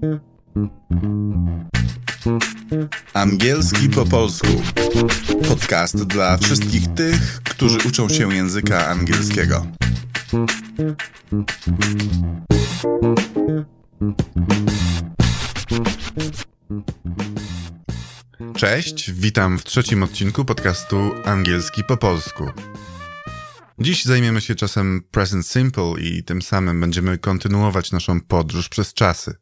Angielski po polsku. Podcast dla wszystkich tych, którzy uczą się języka angielskiego. Cześć, witam w trzecim odcinku podcastu Angielski po polsku. Dziś zajmiemy się czasem present simple i tym samym będziemy kontynuować naszą podróż przez czasy.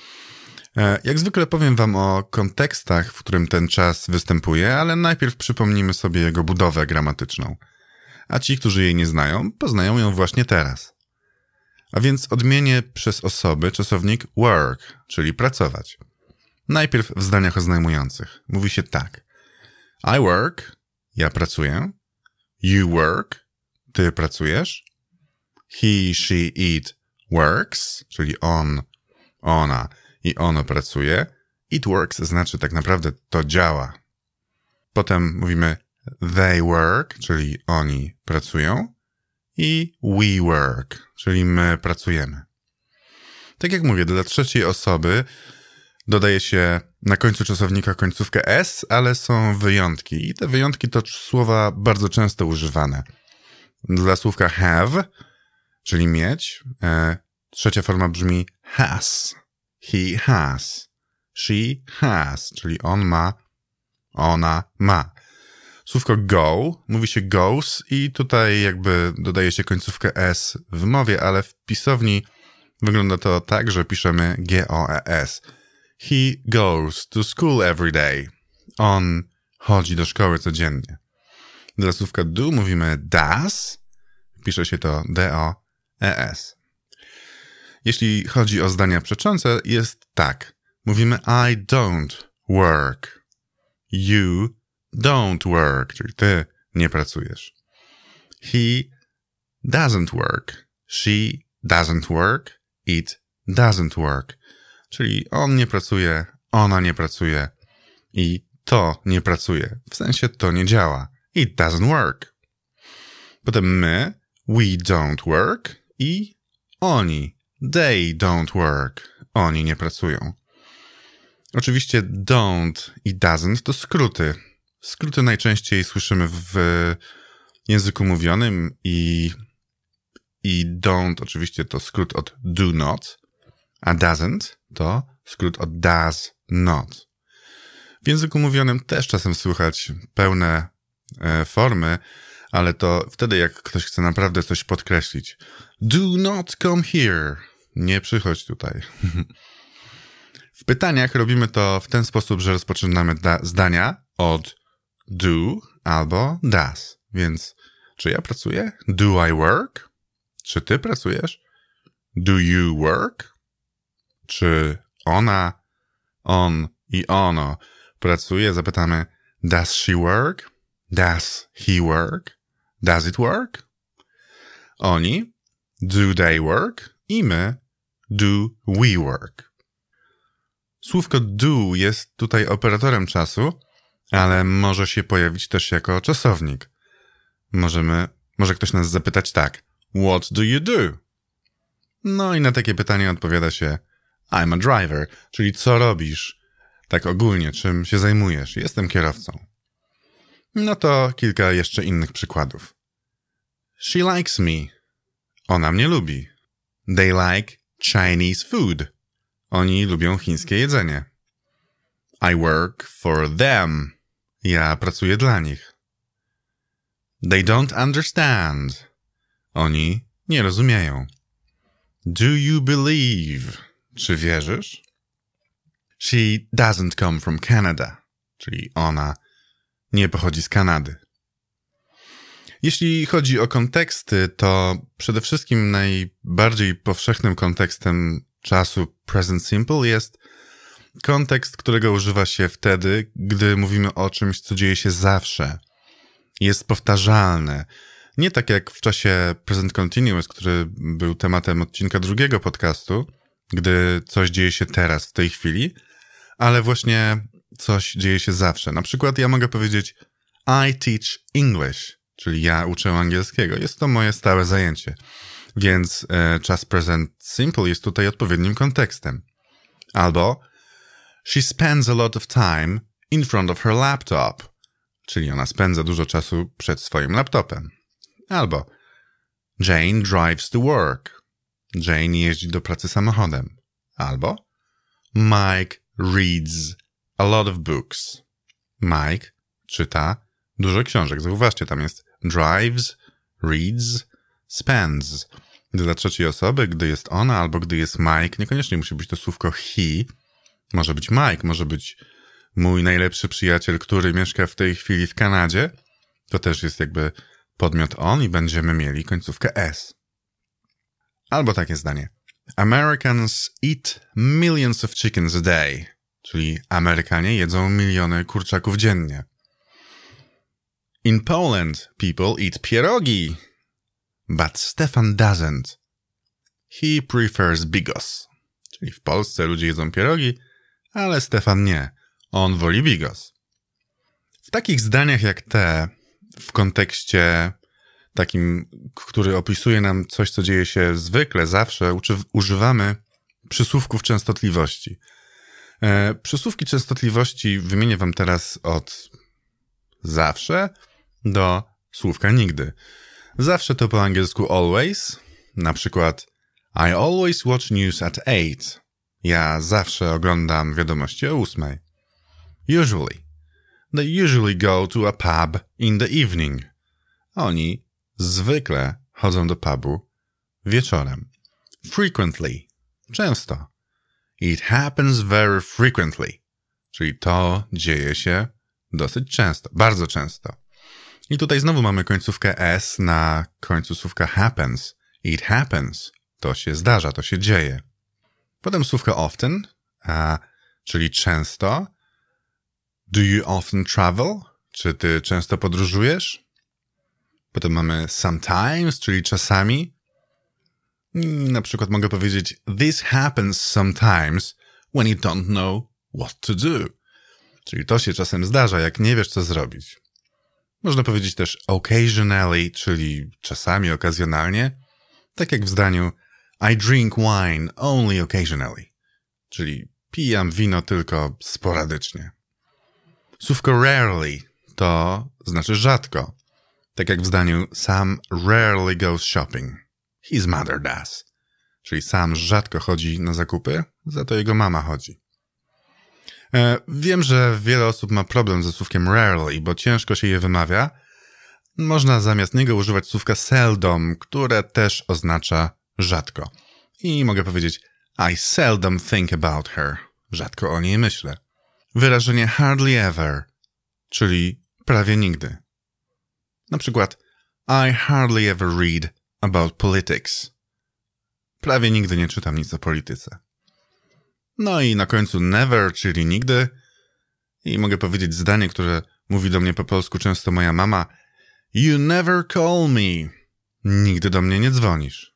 Jak zwykle powiem wam o kontekstach, w którym ten czas występuje, ale najpierw przypomnimy sobie jego budowę gramatyczną. A ci, którzy jej nie znają, poznają ją właśnie teraz. A więc odmienię przez osoby czasownik work, czyli pracować. Najpierw w zdaniach oznajmujących. Mówi się tak. I work, ja pracuję. You work, ty pracujesz. He, she, it works, czyli on, ona i ono pracuje. It works znaczy tak naprawdę to działa. Potem mówimy they work, czyli oni pracują. I we work, czyli my pracujemy. Tak jak mówię, dla trzeciej osoby dodaje się na końcu czasownika końcówkę s, ale są wyjątki. I te wyjątki to słowa bardzo często używane. Dla słówka have, czyli mieć, trzecia forma brzmi has. He has. She has, czyli on ma, ona ma. Słówko go, mówi się goes i tutaj jakby dodaje się końcówkę s w mowie, ale w pisowni wygląda to tak, że piszemy g-o-e-s. He goes to school every day. On chodzi do szkoły codziennie. Dla słówka do mówimy does. Pisze się to d-o-e-s. Jeśli chodzi o zdania przeczące, jest tak. Mówimy I don't work. You don't work, czyli ty nie pracujesz. He doesn't work. She doesn't work. It doesn't work. Czyli on nie pracuje, ona nie pracuje i to nie pracuje. W sensie to nie działa. It doesn't work. Potem my, we don't work i oni, they don't work. Oni nie pracują. Oczywiście don't i doesn't to skróty. Skróty najczęściej słyszymy w języku mówionym i don't oczywiście to skrót od do not, a doesn't to skrót od does not. W języku mówionym też czasem słychać pełne formy, ale to wtedy jak ktoś chce naprawdę coś podkreślić. Do not come here. Nie przychodź tutaj. W pytaniach robimy to w ten sposób, że rozpoczynamy zdania od do albo does. Więc czy ja pracuję? Do I work? Czy ty pracujesz? Do you work? Czy ona, on i ono pracuje? Zapytamy does she work? Does he work? Does it work? Oni, do they work? I my, do we work? Słówko do jest tutaj operatorem czasu, ale może się pojawić też jako czasownik. Może ktoś nas zapytać tak. What do you do? No i na takie pytanie odpowiada się I'm a driver, czyli co robisz? Tak ogólnie, czym się zajmujesz? Jestem kierowcą. No to kilka jeszcze innych przykładów. She likes me. Ona mnie lubi. They like Chinese food. Oni lubią chińskie jedzenie. I work for them. Ja pracuję dla nich. They don't understand. Oni nie rozumieją. Do you believe? Czy wierzysz? She doesn't come from Canada. Czyli ona nie pochodzi z Kanady. Jeśli chodzi o konteksty, to przede wszystkim najbardziej powszechnym kontekstem czasu present simple jest kontekst, którego używa się wtedy, gdy mówimy o czymś, co dzieje się zawsze. Jest powtarzalne. Nie tak jak w czasie present continuous, który był tematem odcinka drugiego podcastu, gdy coś dzieje się teraz, w tej chwili, ale właśnie coś dzieje się zawsze. Na przykład ja mogę powiedzieć I teach English, czyli ja uczę angielskiego. Jest to moje stałe zajęcie. Więc czas present simple jest tutaj odpowiednim kontekstem. Albo she spends a lot of time in front of her laptop, czyli ona spędza dużo czasu przed swoim laptopem. Albo Jane drives to work. Jane jeździ do pracy samochodem. Albo Mike reads a lot of books. Mike czyta dużo książek. Zauważcie, tam jest drives, reads, spends. Dla trzeciej osoby, gdy jest ona albo gdy jest Mike, niekoniecznie musi być to słówko he. Może być Mike, może być mój najlepszy przyjaciel, który mieszka w tej chwili w Kanadzie. To też jest jakby podmiot on i będziemy mieli końcówkę s. Albo takie zdanie. Americans eat millions of chickens a day. Czyli Amerykanie jedzą miliony kurczaków dziennie. In Poland, people eat pierogi. But Stefan doesn't. He prefers bigos. Czyli w Polsce ludzie jedzą pierogi, ale Stefan nie. On woli bigos. W takich zdaniach jak te, w kontekście takim, który opisuje nam coś, co dzieje się zwykle, zawsze, używamy przysłówków częstotliwości. Przysłówki częstotliwości wymienię wam teraz od zawsze do słówka nigdy. Zawsze to po angielsku always, na przykład I always watch news at 8. Ja zawsze oglądam wiadomości o 8. Usually. They usually go to a pub in the evening. Oni zwykle chodzą do pubu wieczorem. Frequently. Często. It happens very frequently. Czyli to dzieje się dosyć często. Bardzo często. I tutaj znowu mamy końcówkę s na końcu słówka happens. It happens. To się zdarza, to się dzieje. Potem słówko often, czyli często. Do you often travel? Czy ty często podróżujesz? Potem mamy sometimes, czyli czasami. Na przykład mogę powiedzieć this happens sometimes when you don't know what to do. Czyli to się czasem zdarza, jak nie wiesz, co zrobić. Można powiedzieć też occasionally, czyli czasami, okazjonalnie. Tak jak w zdaniu I drink wine only occasionally. Czyli pijam wino tylko sporadycznie. Słówko rarely to znaczy rzadko. Tak jak w zdaniu Sam rarely goes shopping. His mother does. Czyli Sam rzadko chodzi na zakupy, za to jego mama chodzi. Wiem, że wiele osób ma problem ze słówkiem rarely, bo ciężko się je wymawia. Można zamiast niego używać słówka seldom, które też oznacza rzadko. I mogę powiedzieć I seldom think about her. Rzadko o niej myślę. Wyrażenie hardly ever, czyli prawie nigdy. Na przykład I hardly ever read about politics. Prawie nigdy nie czytam nic o polityce. No i na końcu never, czyli nigdy. I mogę powiedzieć zdanie, które mówi do mnie po polsku często moja mama. You never call me. Nigdy do mnie nie dzwonisz.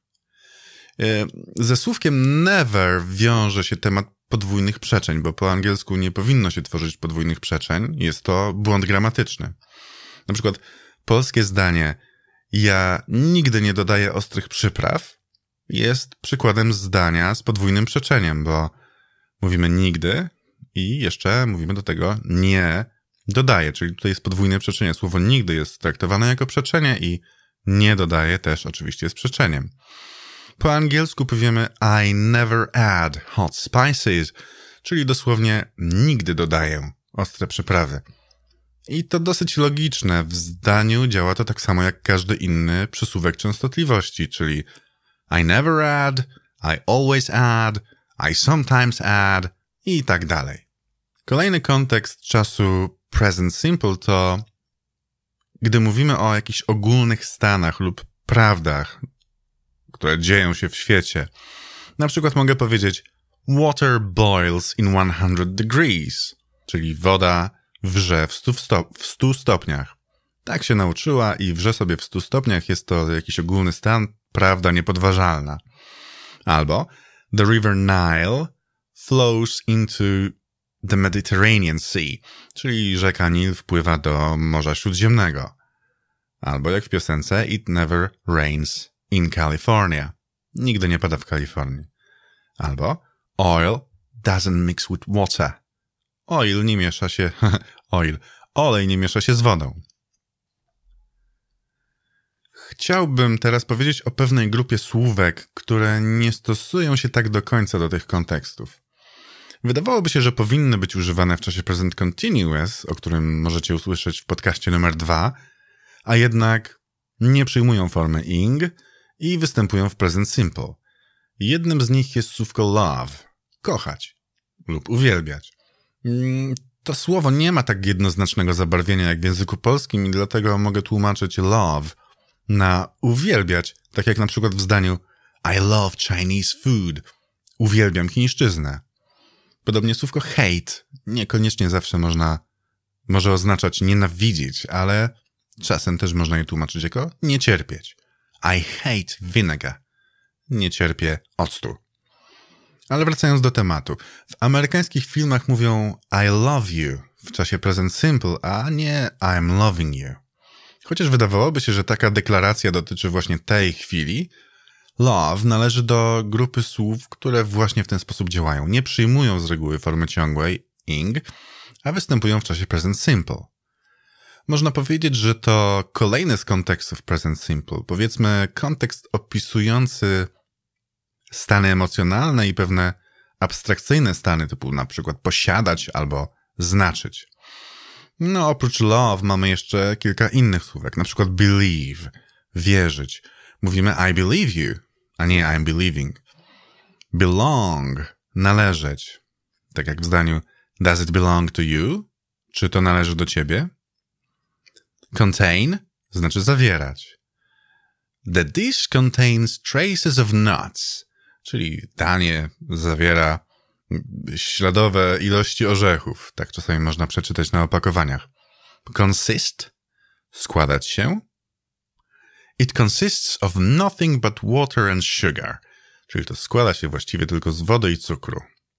Ze słówkiem never wiąże się temat podwójnych przeczeń, bo po angielsku nie powinno się tworzyć podwójnych przeczeń. Jest to błąd gramatyczny. Na przykład polskie zdanie ja nigdy nie dodaję ostrych przypraw jest przykładem zdania z podwójnym przeczeniem, bo mówimy nigdy i jeszcze mówimy do tego nie dodaję, czyli tutaj jest podwójne przeczenie. Słowo nigdy jest traktowane jako przeczenie i nie dodaję też oczywiście jest przeczeniem. Po angielsku powiemy I never add hot spices, czyli dosłownie nigdy dodaję ostre przyprawy. I to dosyć logiczne. W zdaniu działa to tak samo jak każdy inny przysłówek częstotliwości, czyli I never add, I always add, I sometimes add i tak dalej. Kolejny kontekst czasu present simple to gdy mówimy o jakichś ogólnych stanach lub prawdach, które dzieją się w świecie. Na przykład mogę powiedzieć water boils in 100 degrees, czyli woda wrze w 100 stopniach. Tak się nauczyła i wrze sobie w 100 stopniach. Jest to jakiś ogólny stan, prawda niepodważalna. Albo the river Nile flows into the Mediterranean Sea, czyli rzeka Nil wpływa do Morza Śródziemnego. Albo jak w piosence It never rains in California. Nigdy nie pada w Kalifornii. Albo oil doesn't mix with water. Olej nie miesza się z wodą. Chciałbym teraz powiedzieć o pewnej grupie słówek, które nie stosują się tak do końca do tych kontekstów. Wydawałoby się, że powinny być używane w czasie present continuous, o którym możecie usłyszeć w podcaście numer 2, a jednak nie przyjmują formy ing i występują w present simple. Jednym z nich jest słówko love, kochać lub uwielbiać. To słowo nie ma tak jednoznacznego zabarwienia jak w języku polskim i dlatego mogę tłumaczyć love na uwielbiać, tak jak na przykład w zdaniu I love Chinese food. Uwielbiam chińszczyznę. Podobnie słówko hate niekoniecznie zawsze może oznaczać nienawidzić, ale czasem też można je tłumaczyć jako nie cierpieć. I hate vinegar. Nie cierpię octu. Ale wracając do tematu. W amerykańskich filmach mówią I love you w czasie present simple, a nie I'm loving you. Chociaż wydawałoby się, że taka deklaracja dotyczy właśnie tej chwili, love należy do grupy słów, które właśnie w ten sposób działają. Nie przyjmują z reguły formy ciągłej ing, a występują w czasie present simple. Można powiedzieć, że to kolejny z kontekstów present simple. Powiedzmy kontekst opisujący stany emocjonalne i pewne abstrakcyjne stany typu na przykład posiadać albo znaczyć. No oprócz love mamy jeszcze kilka innych słówek, na przykład believe, wierzyć. Mówimy I believe you, a nie I'm believing. Belong, należeć. Tak jak w zdaniu does it belong to you? Czy to należy do ciebie? Contain znaczy zawierać. The dish contains traces of nuts, czyli danie zawiera śladowe ilości orzechów. Tak czasami można przeczytać na opakowaniach. Consist, składać się. It consists of nothing but water and sugar, czyli to składa się właściwie tylko z wody i cukru.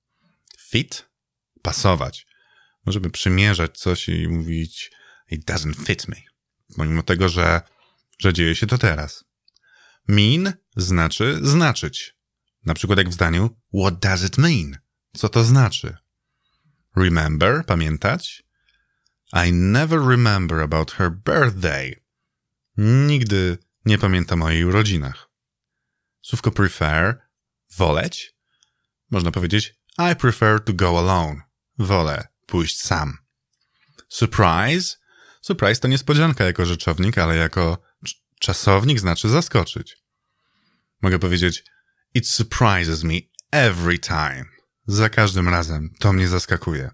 Fit, pasować. Możemy przymierzać coś i mówić it doesn't fit me, pomimo tego, że dzieje się to teraz. Mean znaczy znaczyć. Na przykład jak w zdaniu what does it mean? Co to znaczy? Remember, pamiętać. I never remember about her birthday. Nigdy nie pamiętam o jej urodzinach. Słówko prefer, woleć. Można powiedzieć I prefer to go alone. Wolę pójść sam. Surprise. Surprise to niespodzianka jako rzeczownik, ale jako czasownik znaczy zaskoczyć. Mogę powiedzieć it surprises me every time. Za każdym razem to mnie zaskakuje.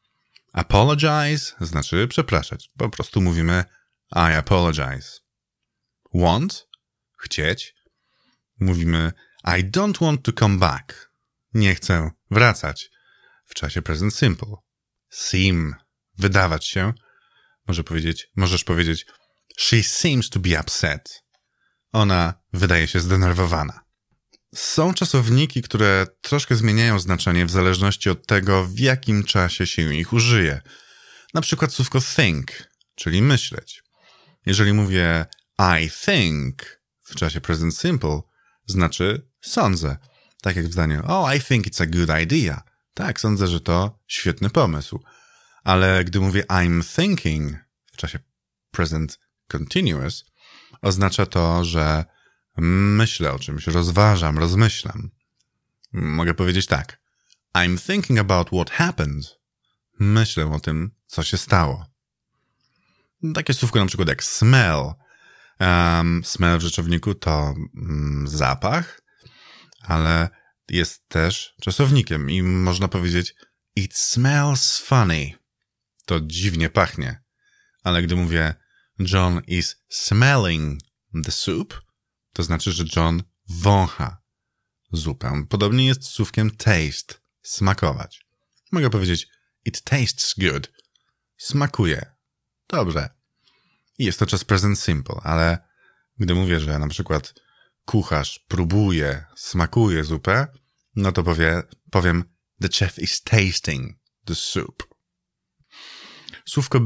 Apologize znaczy przepraszać. Po prostu mówimy I apologize. Want, chcieć. Mówimy I don't want to come back. Nie chcę wracać w czasie present simple. Seem, wydawać się. Możesz powiedzieć she seems to be upset. Ona wydaje się zdenerwowana. Są czasowniki, które troszkę zmieniają znaczenie w zależności od tego, w jakim czasie się ich użyje. Na przykład słówko think, czyli myśleć. Jeżeli mówię I think w czasie present simple, znaczy sądzę. Tak jak w zdaniu I think it's a good idea. Tak, sądzę, że to świetny pomysł. Ale gdy mówię I'm thinking w czasie present continuous, oznacza to, że myślę o czymś, rozmyślam. Mogę powiedzieć tak. I'm thinking about what happened. Myślę o tym, co się stało. Takie słówko na przykład jak smell. Smell w rzeczowniku to zapach, ale jest też czasownikiem i można powiedzieć it smells funny. To dziwnie pachnie. Ale gdy mówię John is smelling the soup, to znaczy, że John wącha zupę. Podobnie jest z słówkiem taste, smakować. Mogę powiedzieć it tastes good. Smakuje. Dobrze. I jest to czas present simple, ale gdy mówię, że na przykład kucharz próbuje, smakuje zupę, no to powiem the chef is tasting the soup. Słówko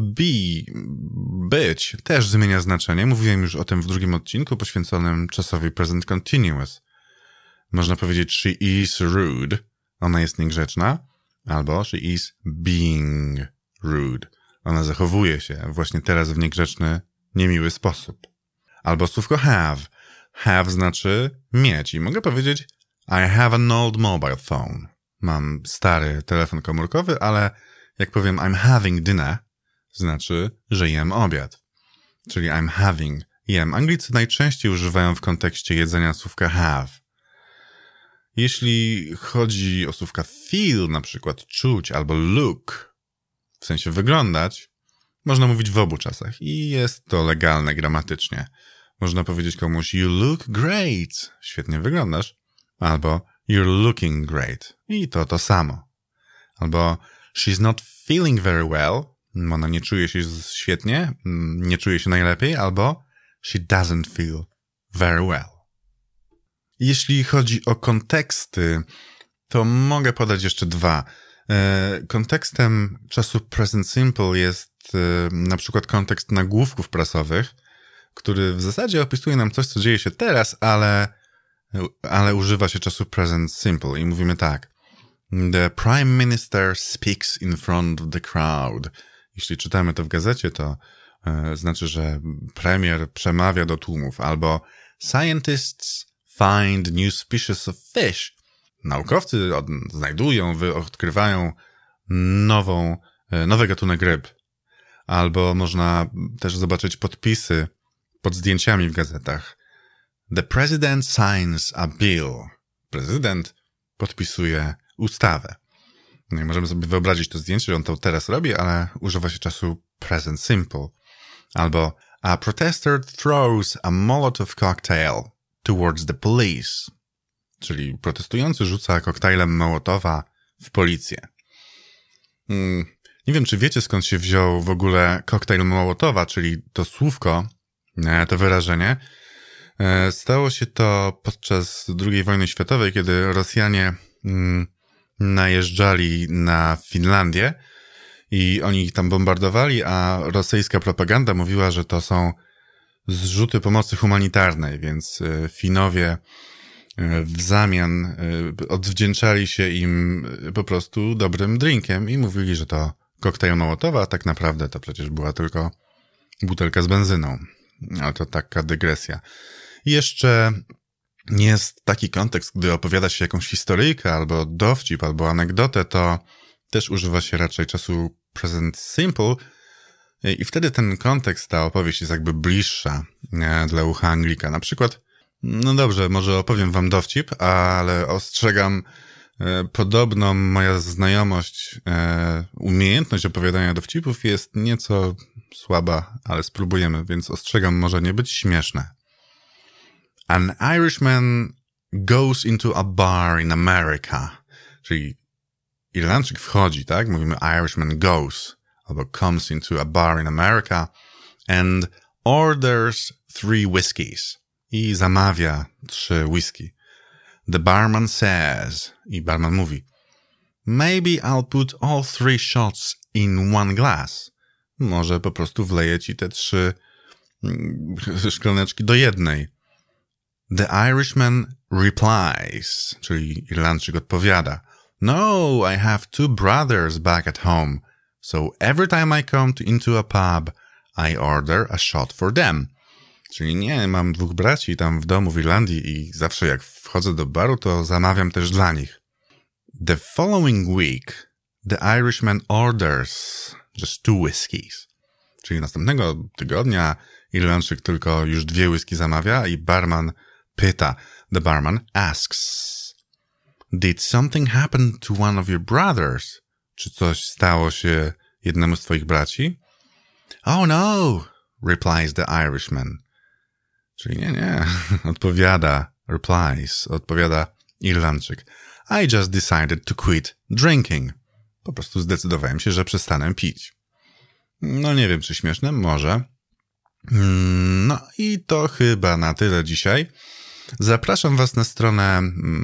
być, też zmienia znaczenie. Mówiłem już o tym w drugim odcinku poświęconym czasowi present continuous. Można powiedzieć she is rude, ona jest niegrzeczna, Albo she is being rude. Ona zachowuje się właśnie teraz w niegrzeczny, niemiły sposób. Albo słówko have. Have znaczy mieć i mogę powiedzieć I have an old mobile phone. Mam stary telefon komórkowy, ale jak powiem I'm having dinner, znaczy, że jem obiad. Czyli I'm having, jem. Anglicy najczęściej używają w kontekście jedzenia słówka have. Jeśli chodzi o słówka feel, na przykład czuć albo look, w sensie wyglądać, można mówić w obu czasach i jest to legalne gramatycznie. Można powiedzieć komuś you look great, świetnie wyglądasz, albo you're looking great i to samo. Albo she's not feeling very well, ona nie czuje się świetnie, nie czuje się najlepiej, albo she doesn't feel very well. Jeśli chodzi o konteksty, to mogę podać jeszcze dwa. Kontekstem czasu present simple jest na przykład kontekst nagłówków prasowych, który w zasadzie opisuje nam coś, co dzieje się teraz, ale używa się czasu present simple i mówimy tak. The Prime Minister speaks in front of the crowd. Jeśli czytamy to w gazecie, to znaczy, że premier przemawia do tłumów. Albo Scientists find new species of fish. Naukowcy znajdują, odkrywają nowy gatunek ryb. Albo można też zobaczyć podpisy pod zdjęciami w gazetach. The President signs a bill. Prezydent podpisuje ustawę. No i możemy sobie wyobrazić to zdjęcie, że on to teraz robi, ale używa się czasu present simple. Albo a protester throws a Molotov cocktail towards the police. Czyli protestujący rzuca koktajlem Mołotowa w policję. Nie wiem, czy wiecie, skąd się wziął w ogóle koktajl Mołotowa, czyli to słówko, to wyrażenie. Stało się to podczas II wojny światowej, kiedy Rosjanie najeżdżali na Finlandię i oni ich tam bombardowali, a rosyjska propaganda mówiła, że to są zrzuty pomocy humanitarnej, więc Finowie w zamian odwdzięczali się im po prostu dobrym drinkiem i mówili, że to koktajl Mołotowa, a tak naprawdę to przecież była tylko butelka z benzyną. Ale to taka dygresja. I jeszcze jest taki kontekst, gdy opowiada się jakąś historyjkę, albo dowcip, albo anegdotę, to też używa się raczej czasu present simple i wtedy ten kontekst, ta opowieść jest jakby bliższa dla ucha Anglika. Na przykład, no dobrze, może opowiem wam dowcip, ale ostrzegam, podobno moja znajomość, umiejętność opowiadania dowcipów jest nieco słaba, ale spróbujemy, więc ostrzegam, może nie być śmieszne. An Irishman goes into a bar in America. Czyli Irlandczyk wchodzi, tak? Mówimy Irishman goes albo comes into a bar in America and orders 3 whiskies. I zamawia 3 whisky. The barman says, i barman mówi, maybe I'll put all 3 shots in one glass. Może po prostu wleję ci te 3 szklaneczki do jednej. The Irishman replies, czyli Irlandczyk odpowiada, no, I have 2 brothers back at home, so every time I come into a pub, I order a shot for them. Czyli nie, mam 2 braci tam w domu w Irlandii i zawsze jak wchodzę do baru, to zamawiam też dla nich. The following week, the Irishman orders just 2 whiskies. Czyli następnego tygodnia Irlandczyk tylko już 2 whisky zamawia i barman pyta. The barman asks, did something happen to one of your brothers? Czy coś stało się jednemu z twoich braci? Oh no, replies the Irishman. Czyli nie, odpowiada Irlandczyk. I just decided to quit drinking. Po prostu zdecydowałem się, że przestanę pić. No nie wiem, czy śmieszne, może. No i to chyba na tyle dzisiaj. Zapraszam was na stronę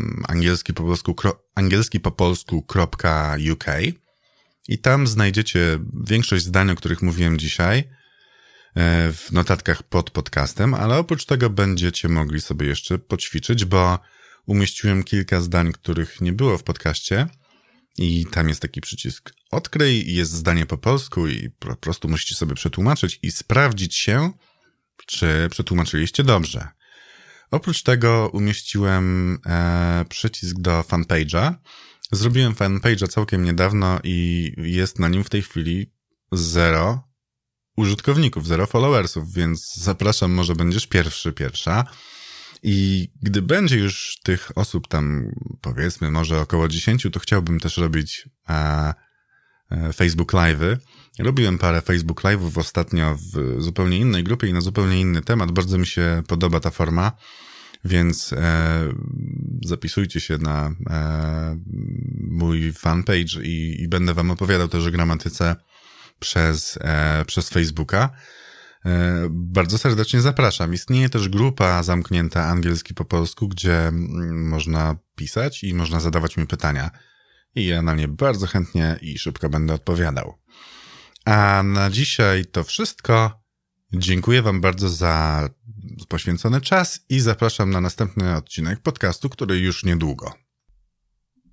angielskipopolsku.uk i tam znajdziecie większość zdań, o których mówiłem dzisiaj w notatkach pod podcastem, ale oprócz tego będziecie mogli sobie jeszcze poćwiczyć, bo umieściłem kilka zdań, których nie było w podcaście i tam jest taki przycisk odkryj, jest zdanie po polsku i po prostu musicie sobie przetłumaczyć i sprawdzić się, czy przetłumaczyliście dobrze. Oprócz tego umieściłem przycisk do fanpage'a. Zrobiłem fanpage'a całkiem niedawno i jest na nim w tej chwili 0 użytkowników, 0 followersów, więc zapraszam, może będziesz pierwsza. I gdy będzie już tych osób tam, powiedzmy, może około 10, to chciałbym też robić Facebook Live'y. Robiłem parę Facebook Live'ów ostatnio w zupełnie innej grupie i na zupełnie inny temat. Bardzo mi się podoba ta forma, więc zapisujcie się na mój fanpage i będę wam opowiadał też o gramatyce przez Facebooka. Bardzo serdecznie zapraszam. Istnieje też grupa zamknięta Angielski po polsku, gdzie można pisać i można zadawać mi pytania. I ja na nie bardzo chętnie i szybko będę odpowiadał. A na dzisiaj to wszystko. Dziękuję wam bardzo za poświęcony czas i zapraszam na następny odcinek podcastu, który już niedługo.